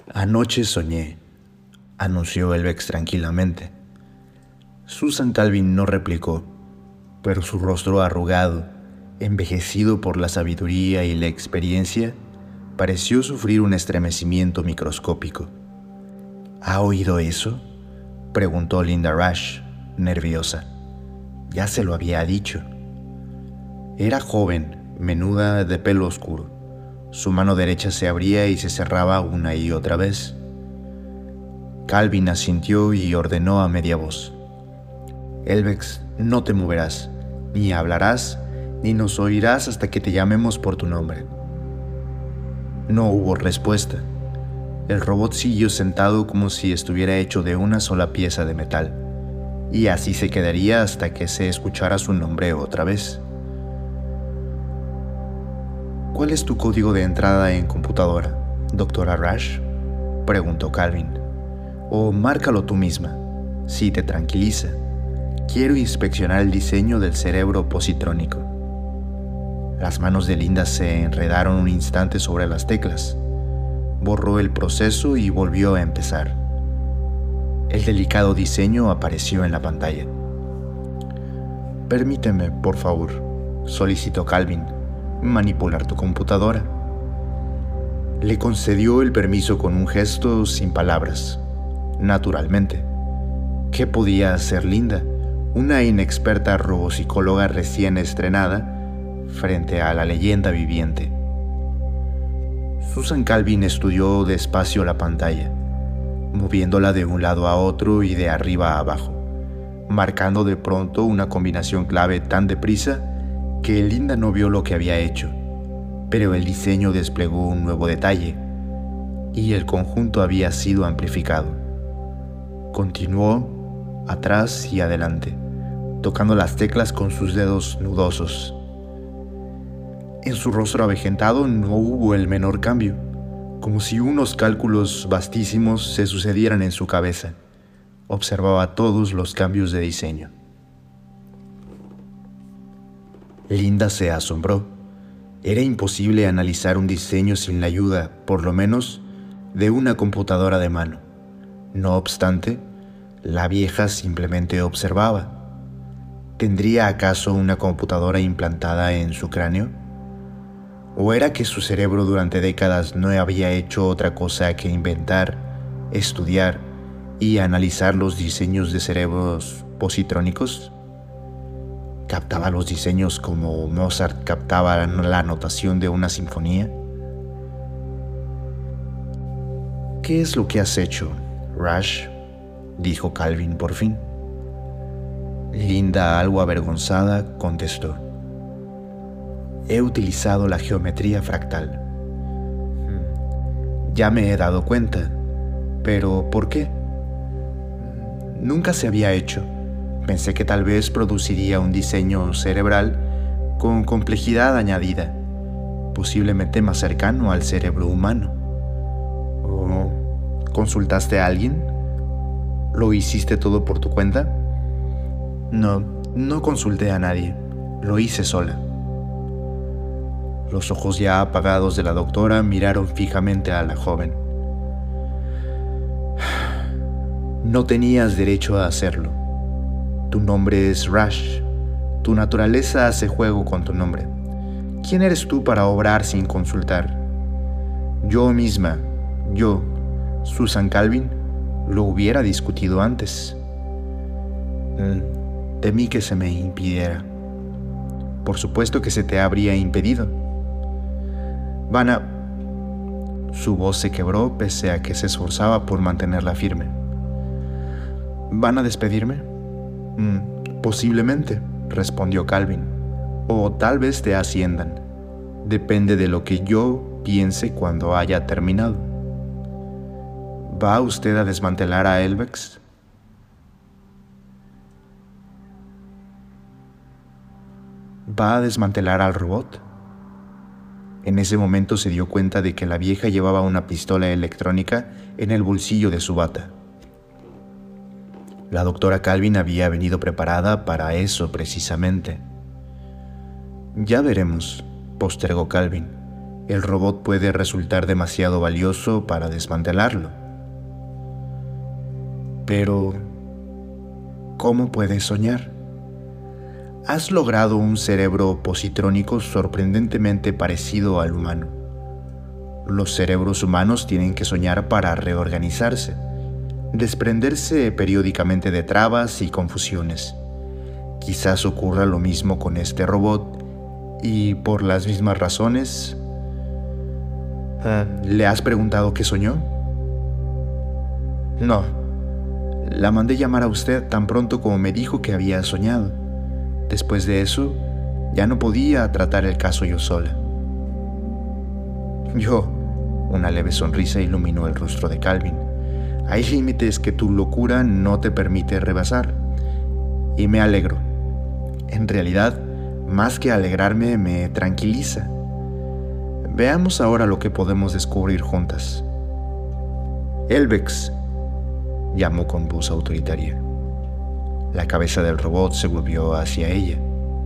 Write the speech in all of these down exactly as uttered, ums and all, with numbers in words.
Anoche soñé, anunció Elvex tranquilamente. Susan Calvin no replicó, pero su rostro arrugado, envejecido por la sabiduría y la experiencia, pareció sufrir un estremecimiento microscópico. ¿Ha oído eso?, preguntó Linda Rush, nerviosa. Ya se lo había dicho. Era joven, menuda, de pelo oscuro. Su mano derecha se abría y se cerraba una y otra vez. Calvin asintió y ordenó a media voz: Elvex, no te moverás, ni hablarás, ni nos oirás hasta que te llamemos por tu nombre. No hubo respuesta. El robot siguió sentado como si estuviera hecho de una sola pieza de metal, y así se quedaría hasta que se escuchara su nombre otra vez. ¿Cuál es tu código de entrada en computadora, doctora Rush?, preguntó Calvin. O márcalo tú misma, si te tranquiliza. Quiero inspeccionar el diseño del cerebro positrónico. Las manos de Linda se enredaron un instante sobre las teclas. Borró el proceso y volvió a empezar. El delicado diseño apareció en la pantalla. Permíteme, por favor, solicitó Calvin, manipular tu computadora. Le concedió el permiso con un gesto sin palabras. Naturalmente. ¿Qué podía hacer Linda, una inexperta robopsicóloga recién estrenada, frente a la leyenda viviente? Susan Calvin estudió despacio la pantalla, moviéndola de un lado a otro y de arriba a abajo, marcando de pronto una combinación clave tan deprisa que Linda no vio lo que había hecho, pero el diseño desplegó un nuevo detalle, y el conjunto había sido amplificado. Continuó atrás y adelante, tocando las teclas con sus dedos nudosos. En su rostro avejentado no hubo el menor cambio, como si unos cálculos vastísimos se sucedieran en su cabeza. Observaba todos los cambios de diseño. Linda se asombró. Era imposible analizar un diseño sin la ayuda, por lo menos, de una computadora de mano. No obstante, la vieja simplemente observaba. ¿Tendría acaso una computadora implantada en su cráneo? ¿O era que su cerebro durante décadas no había hecho otra cosa que inventar, estudiar y analizar los diseños de cerebros positrónicos? ¿Captaba los diseños como Mozart captaba la notación de una sinfonía? ¿Qué es lo que has hecho, Rush?, dijo Calvin por fin. Linda, algo avergonzada, contestó: He utilizado la geometría fractal. Ya me he dado cuenta, pero ¿por qué? Nunca se había hecho. Pensé que tal vez produciría un diseño cerebral con complejidad añadida, posiblemente más cercano al cerebro humano. ¿O consultaste a alguien? ¿Lo hiciste todo por tu cuenta? No, no consulté a nadie. Lo hice sola. Los ojos ya apagados de la doctora miraron fijamente a la joven. No tenías derecho a hacerlo. Tu nombre es Rush. Tu naturaleza hace juego con tu nombre. ¿Quién eres tú para obrar sin consultar? Yo misma, yo, Susan Calvin, lo hubiera discutido antes. Temí que se me impidiera. Por supuesto que se te habría impedido. Van a... Su voz se quebró pese a que se esforzaba por mantenerla firme. ¿Van a despedirme? Mm, posiblemente, respondió Calvin. O tal vez te asciendan. Depende de lo que yo piense cuando haya terminado. ¿Va usted a desmantelar a Elvex? ¿Va a desmantelar al robot? En ese momento se dio cuenta de que la vieja llevaba una pistola electrónica en el bolsillo de su bata. La doctora Calvin había venido preparada para eso precisamente. Ya veremos, postergó Calvin, el robot puede resultar demasiado valioso para desmantelarlo. Pero, ¿cómo puedes soñar? Has logrado un cerebro positrónico sorprendentemente parecido al humano. Los cerebros humanos tienen que soñar para reorganizarse, desprenderse periódicamente de trabas y confusiones. Quizás ocurra lo mismo con este robot y por las mismas razones. ¿Le has preguntado qué soñó? No. La mandé llamar a usted tan pronto como me dijo que había soñado. Después de eso, ya no podía tratar el caso yo sola. Yo, una leve sonrisa iluminó el rostro de Calvin. Hay límites que tu locura no te permite rebasar. Y me alegro. En realidad, más que alegrarme, me tranquiliza. Veamos ahora lo que podemos descubrir juntas. Elvex, llamó con voz autoritaria. La cabeza del robot se volvió hacia ella.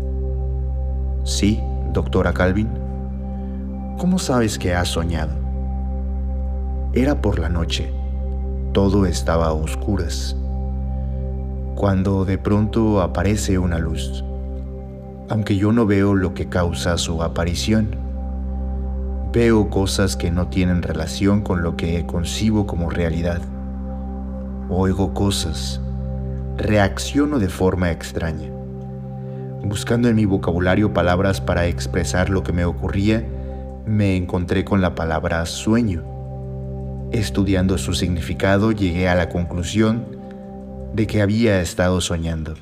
Sí, doctora Calvin. ¿Cómo sabes que has soñado? Era por la noche. Todo estaba a oscuras. Cuando de pronto aparece una luz. Aunque yo no veo lo que causa su aparición. Veo cosas que no tienen relación con lo que concibo como realidad. Oigo cosas. Reacciono de forma extraña. Buscando en mi vocabulario palabras para expresar lo que me ocurría, me encontré con la palabra sueño. Estudiando su significado, llegué a la conclusión de que había estado soñando.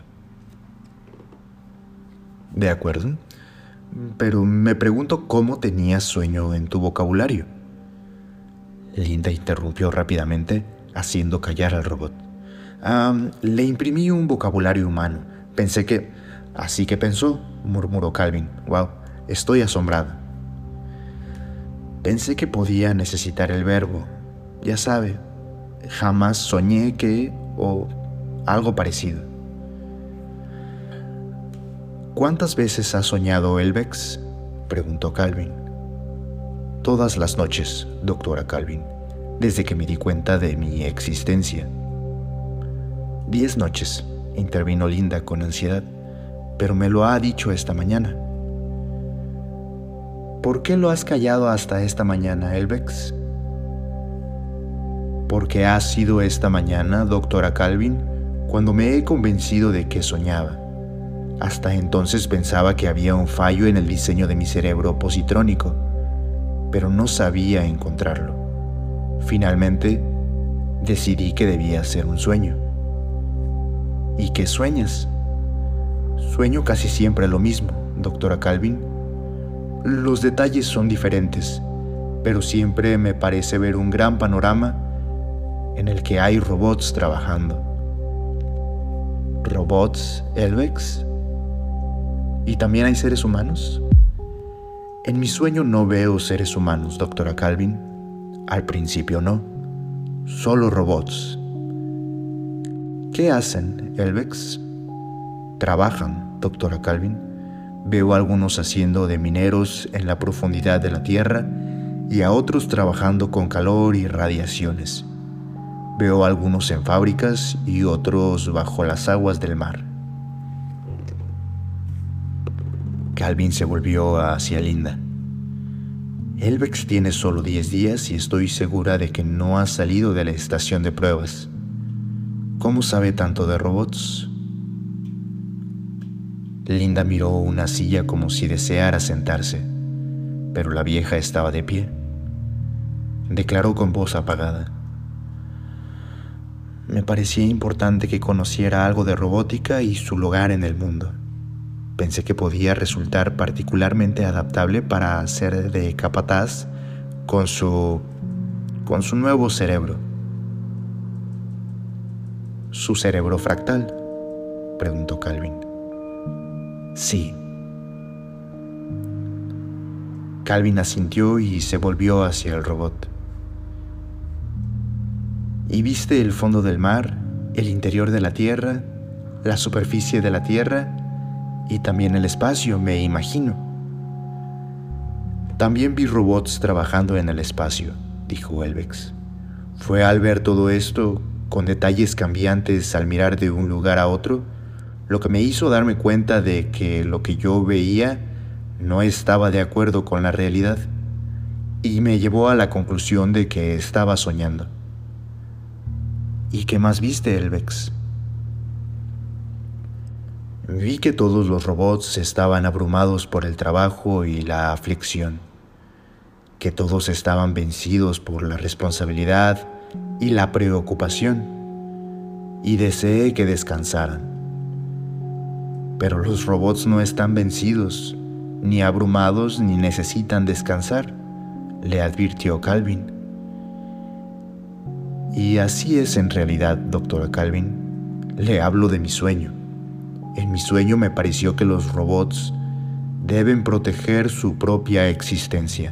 De acuerdo, pero me pregunto cómo tenías sueño en tu vocabulario. Linda interrumpió rápidamente, haciendo callar al robot. Um, le imprimí un vocabulario humano. Pensé que... Así que pensó, murmuró Calvin. Wow, estoy asombrada. Pensé que podía necesitar el verbo. Ya sabe, jamás soñé que... o algo parecido. ¿Cuántas veces has soñado, Elvex? Preguntó Calvin. Todas las noches, doctora Calvin, desde que me di cuenta de mi existencia. Diez noches, intervino Linda con ansiedad, pero me lo ha dicho esta mañana. ¿Por qué lo has callado hasta esta mañana, Elvex? Porque ha sido esta mañana, doctora Calvin, cuando me he convencido de que soñaba. Hasta entonces pensaba que había un fallo en el diseño de mi cerebro positrónico, pero no sabía encontrarlo. Finalmente, decidí que debía ser un sueño. ¿Y qué sueñas? Sueño casi siempre lo mismo, doctora Calvin. Los detalles son diferentes, pero siempre me parece ver un gran panorama en el que hay robots trabajando. ¿Robots, Elvex? ¿Y también hay seres humanos? En mi sueño no veo seres humanos, doctora Calvin. Al principio no. Solo robots. ¿Qué hacen, Elvex? Trabajan, doctora Calvin. Veo a algunos haciendo de mineros en la profundidad de la tierra y a otros trabajando con calor y radiaciones. Veo a algunos en fábricas y otros bajo las aguas del mar. Calvin se volvió hacia Linda. Elvex tiene solo diez días y estoy segura de que no ha salido de la estación de pruebas. ¿Cómo sabe tanto de robots? Linda miró una silla como si deseara sentarse, pero la vieja estaba de pie. Declaró con voz apagada. Me parecía importante que conociera algo de robótica y su lugar en el mundo. Pensé que podía resultar particularmente adaptable para ser de capataz con su, con su nuevo cerebro. ¿Su cerebro fractal?, preguntó Calvin. Sí. Calvin asintió y se volvió hacia el robot. ¿Y viste el fondo del mar, el interior de la Tierra, la superficie de la Tierra y también el espacio, me imagino? También vi robots trabajando en el espacio, dijo Elvex. Fue al ver todo esto, con detalles cambiantes al mirar de un lugar a otro, lo que me hizo darme cuenta de que lo que yo veía no estaba de acuerdo con la realidad, y me llevó a la conclusión de que estaba soñando. ¿Y qué más viste, Elvex? Vi que todos los robots estaban abrumados por el trabajo y la aflicción, que todos estaban vencidos por la responsabilidad y la preocupación, y deseé que descansaran. Pero los robots no están vencidos, ni abrumados, ni necesitan descansar, le advirtió Calvin. Y así es en realidad, doctora Calvin. Le hablo de mi sueño. En mi sueño me pareció que los robots deben proteger su propia existencia.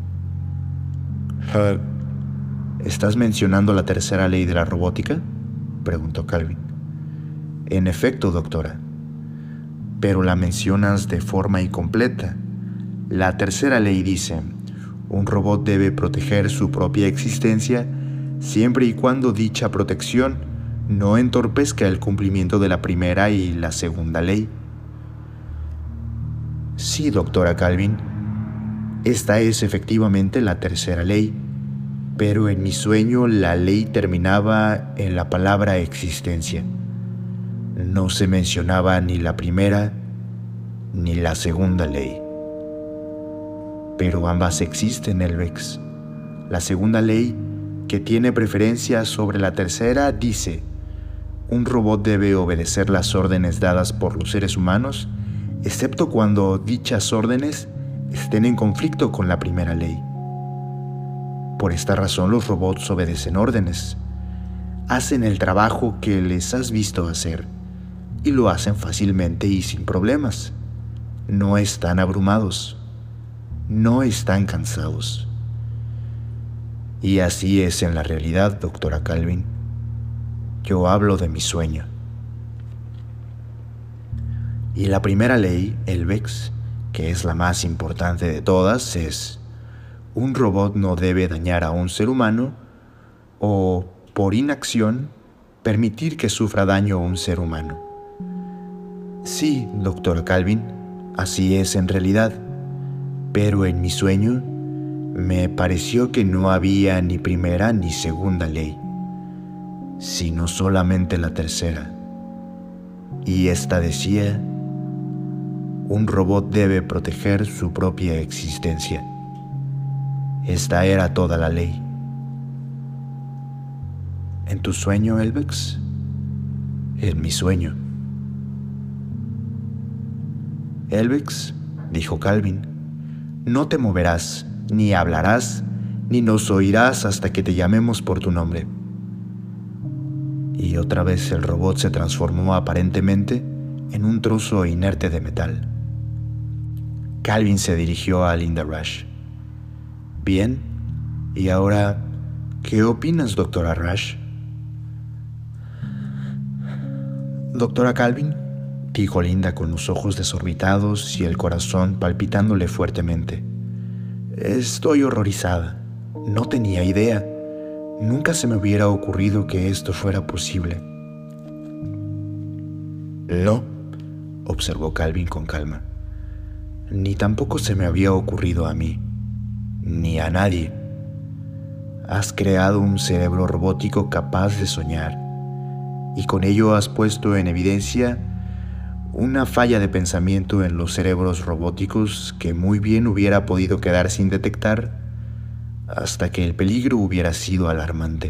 ¿Estás mencionando la tercera ley de la robótica?, preguntó Calvin. En efecto, doctora, pero la mencionas de forma incompleta. La tercera ley dice: un robot debe proteger su propia existencia siempre y cuando dicha protección no entorpezca el cumplimiento de la primera y la segunda ley. Sí, doctora Calvin, esta es efectivamente la tercera ley, pero en mi sueño la ley terminaba en la palabra existencia. No se mencionaba ni la primera ni la segunda ley. Pero ambas existen, Elvex. La segunda ley, que tiene preferencia sobre la tercera, dice: un robot debe obedecer las órdenes dadas por los seres humanos, excepto cuando dichas órdenes estén en conflicto con la primera ley. Por esta razón los robots obedecen órdenes, hacen el trabajo que les has visto hacer, y lo hacen fácilmente y sin problemas. No están abrumados, no están cansados. Y así es en la realidad, doctora Calvin. Yo hablo de mi sueño. Y la primera ley, Elvex, que es la más importante de todas, es: un robot no debe dañar a un ser humano o, por inacción, permitir que sufra daño a un ser humano. Sí, doctora Calvin, así es en realidad, pero en mi sueño me pareció que no había ni primera ni segunda ley, sino solamente la tercera. Y esta decía: un robot debe proteger su propia existencia. Esta era toda la ley. ¿En tu sueño, Elvex? En mi sueño. Elvex, dijo Calvin, no te moverás, ni hablarás, ni nos oirás hasta que te llamemos por tu nombre. Y otra vez el robot se transformó aparentemente en un trozo inerte de metal. Calvin se dirigió a Linda Rush. Bien, y ahora, ¿qué opinas, doctora Rush? Doctora Calvin, dijo Linda con los ojos desorbitados y el corazón palpitándole fuertemente. Estoy horrorizada. No tenía idea. Nunca se me hubiera ocurrido que esto fuera posible. No, observó Calvin con calma. Ni tampoco se me había ocurrido a mí, ni a nadie. Has creado un cerebro robótico capaz de soñar, y con ello has puesto en evidencia una falla de pensamiento en los cerebros robóticos que muy bien hubiera podido quedar sin detectar hasta que el peligro hubiera sido alarmante.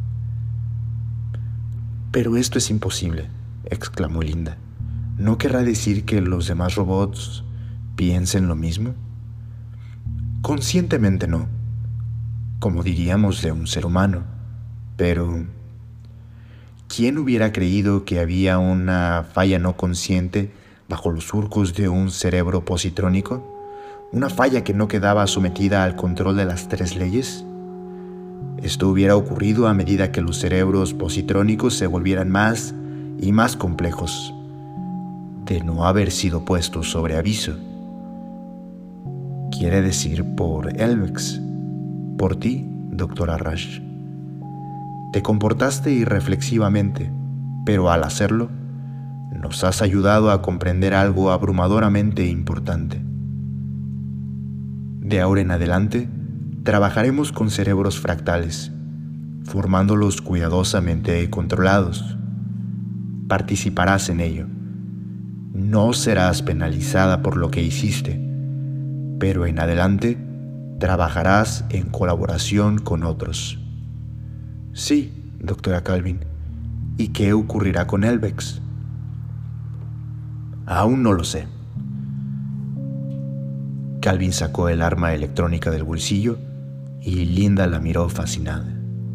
Pero esto es imposible, exclamó Linda. ¿No querrá decir que los demás robots piensen lo mismo? Conscientemente no, como diríamos de un ser humano, pero ¿quién hubiera creído que había una falla no consciente bajo los surcos de un cerebro positrónico? ¿Una falla que no quedaba sometida al control de las tres leyes? Esto hubiera ocurrido a medida que los cerebros positrónicos se volvieran más y más complejos, de no haber sido puestos sobre aviso. quiere decir por Elvex, por ti, doctora Rush. Te comportaste irreflexivamente, pero al hacerlo, nos has ayudado a comprender algo abrumadoramente importante. De ahora en adelante, trabajaremos con cerebros fractales, formándolos cuidadosamente controlados. Participarás en ello. No serás penalizada por lo que hiciste, pero en adelante trabajarás en colaboración con otros. Sí, doctora Calvin. ¿Y qué ocurrirá con Elvex? Aún no lo sé. Calvin sacó el arma electrónica del bolsillo y Linda la miró fascinada.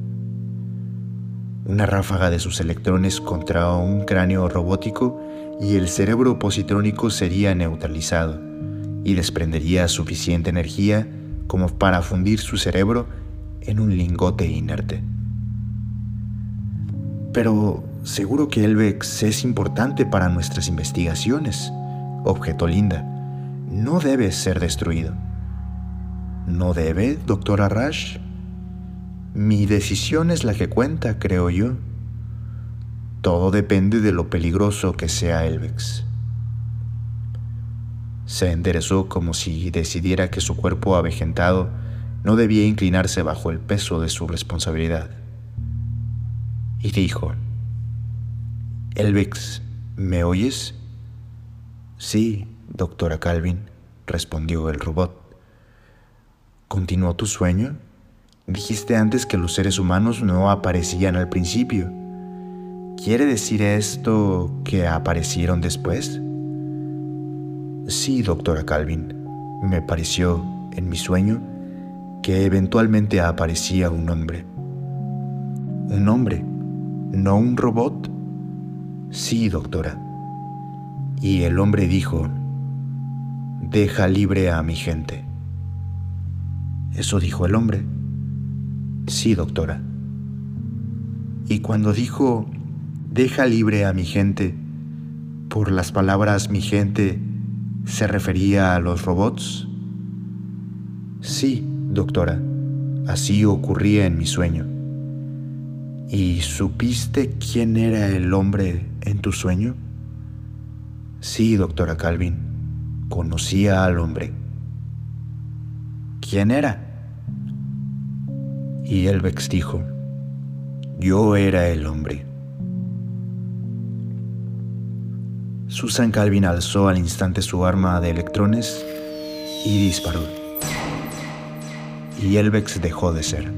Una ráfaga de sus electrones contra un cráneo robótico y el cerebro positrónico sería neutralizado y desprendería suficiente energía como para fundir su cerebro en un lingote inerte. Pero seguro que Elvex es importante para nuestras investigaciones, objetó Linda. No debe ser destruido. ¿No debe, doctora Rush? Mi decisión es la que cuenta, creo yo. Todo depende de lo peligroso que sea Elvex. Se enderezó como si decidiera que su cuerpo avejentado no debía inclinarse bajo el peso de su responsabilidad. Y dijo: Elvex, ¿me oyes? Sí, doctora Calvin, respondió el robot. ¿Continuó tu sueño? Dijiste antes que los seres humanos no aparecían al principio. ¿Quiere decir esto que aparecieron después? Sí, doctora Calvin. Me pareció, en mi sueño, que eventualmente aparecía un hombre. ¿Un hombre? ¿No un robot? Sí, doctora. Y el hombre dijo: deja libre a mi gente. ¿Eso dijo el hombre? Sí, doctora. Y cuando dijo: deja libre a mi gente, por las palabras mi gente, ¿se refería a los robots? Sí, doctora. Así ocurría en mi sueño. ¿Y supiste quién era el hombre en tu sueño? Sí, doctora Calvin. Conocía al hombre. ¿Quién era? Y Elvex dijo: yo era el hombre. Susan Calvin alzó al instante su arma de electrones y disparó. Y Elvex dejó de ser.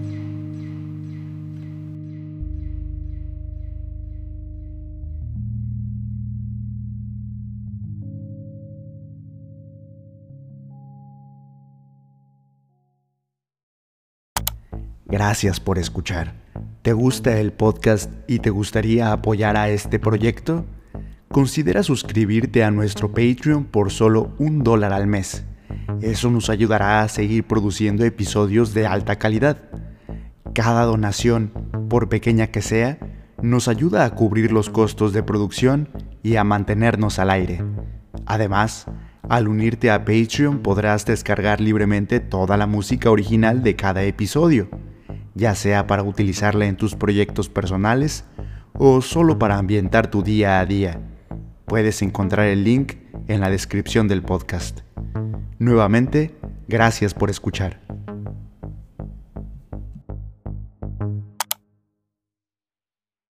Gracias por escuchar. ¿Te gusta el podcast y te gustaría apoyar a este proyecto? Considera suscribirte a nuestro Patreon por solo un dólar al mes. Eso nos ayudará a seguir produciendo episodios de alta calidad. Cada donación, por pequeña que sea, nos ayuda a cubrir los costos de producción y a mantenernos al aire. Además, al unirte a Patreon podrás descargar libremente toda la música original de cada episodio, ya sea para utilizarla en tus proyectos personales o solo para ambientar tu día a día. Puedes encontrar el link en la descripción del podcast. Nuevamente, gracias por escuchar.